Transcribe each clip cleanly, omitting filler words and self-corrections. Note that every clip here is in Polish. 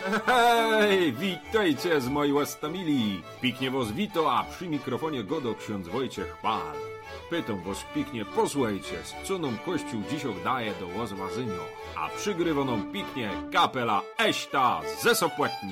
Hej, witajcie z mojej łastamili. Piknie was wito, a przy mikrofonie godo ksiądz Wojciech Pal. Pytam was piknie, posłuchajcie, co nam Kościół dzisiaj daje do łazwazynio, a przygrywa nam piknie kapela Eśta ze Sopłetni.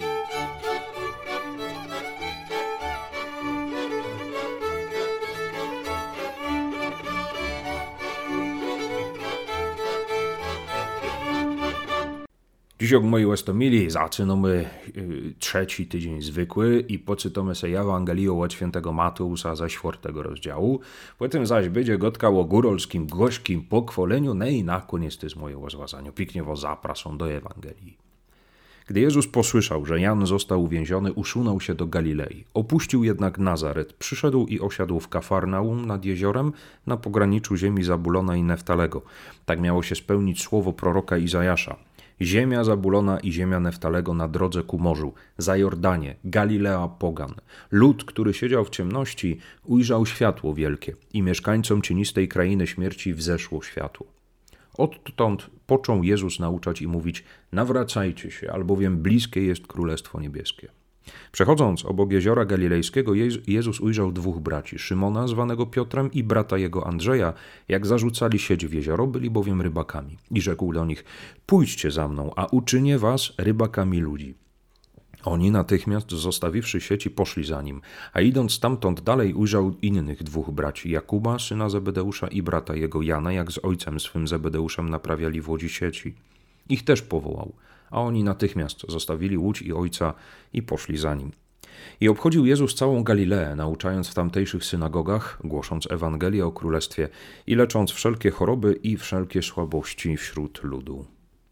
Dzisiaj moi łastomili zaczynamy trzeci tydzień zwykły i poczytamy sobie Ewangelię od świętego Mateusa ze 4 rozdziału. Potem zaś będzie gotka o górolskim gorzkim pochwaleniu, no i na koniec to jest moje łazwazanie. Pięknie was zapraszam do Ewangelii. Gdy Jezus posłyszał, że Jan został uwięziony, usunął się do Galilei. Opuścił jednak Nazaret, przyszedł i osiadł w Kafarnaum nad jeziorem na pograniczu ziemi Zabulona i Neftalego. Tak miało się spełnić słowo proroka Izajasza. Ziemia Zabulona i ziemia Neftalego na drodze ku morzu, za Jordanie, Galilea pogan. Lud, który siedział w ciemności, ujrzał światło wielkie i mieszkańcom cienistej krainy śmierci wzeszło światło. Odtąd począł Jezus nauczać i mówić: nawracajcie się, albowiem bliskie jest Królestwo Niebieskie. Przechodząc obok jeziora galilejskiego, Jezus ujrzał dwóch braci, Szymona zwanego Piotrem i brata jego Andrzeja. Jak zarzucali sieć w jezioro, byli bowiem rybakami. I rzekł do nich: pójdźcie za mną, a uczynię was rybakami ludzi. Oni natychmiast, zostawiwszy sieci, poszli za nim, a idąc stamtąd dalej ujrzał innych dwóch braci, Jakuba, syna Zebedeusza, i brata jego Jana, jak z ojcem swym Zebedeuszem naprawiali w łodzi sieci. Ich też powołał, a oni natychmiast zostawili łódź i ojca i poszli za nim. I obchodził Jezus całą Galileę, nauczając w tamtejszych synagogach, głosząc Ewangelię o Królestwie i lecząc wszelkie choroby i wszelkie słabości wśród ludu.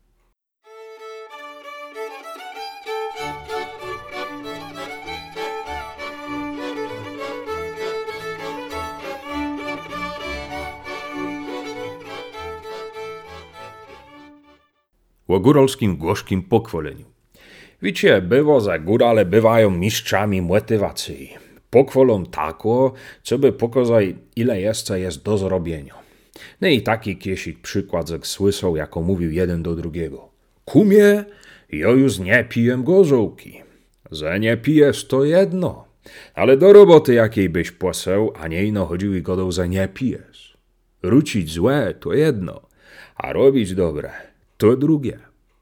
O góralskim gorzkim pochwaleniu. Wiecie, bywa, że górale bywają mistrzami motywacji. Pochwalą tako, co by pokazać, ile jeszcze jest do zrobienia. No i taki kiesik przykład, jak słyszał, jako mówił jeden do drugiego: kumie, ja już nie piję gorzołki. Że nie pijesz, to jedno, ale do roboty jakiej byś poseł, a nie ino chodził i godał, że nie pijesz. Rucić złe, to jedno, a robić dobre, to drugie.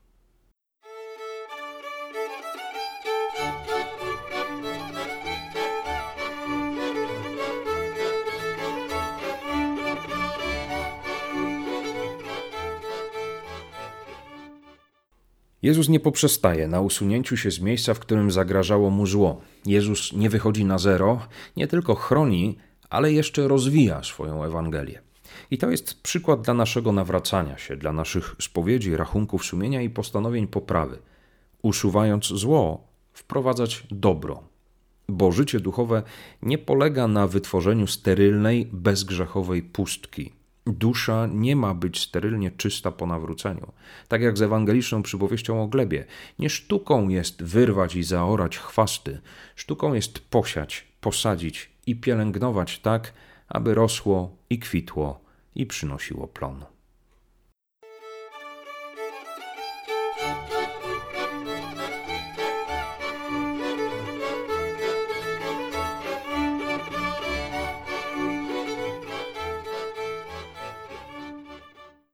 Jezus nie poprzestaje na usunięciu się z miejsca, w którym zagrażało mu zło. Jezus nie wychodzi na zero, nie tylko chroni, ale jeszcze rozwija swoją Ewangelię. I to jest przykład dla naszego nawracania się, dla naszych spowiedzi, rachunków sumienia i postanowień poprawy. Usuwając zło, wprowadzać dobro. Bo życie duchowe nie polega na wytworzeniu sterylnej, bezgrzechowej pustki. Dusza nie ma być sterylnie czysta po nawróceniu. Tak jak z ewangeliczną przypowieścią o glebie. Nie sztuką jest wyrwać i zaorać chwasty. Sztuką jest posiać, posadzić i pielęgnować tak, aby rosło i kwitło i przynosiło plon.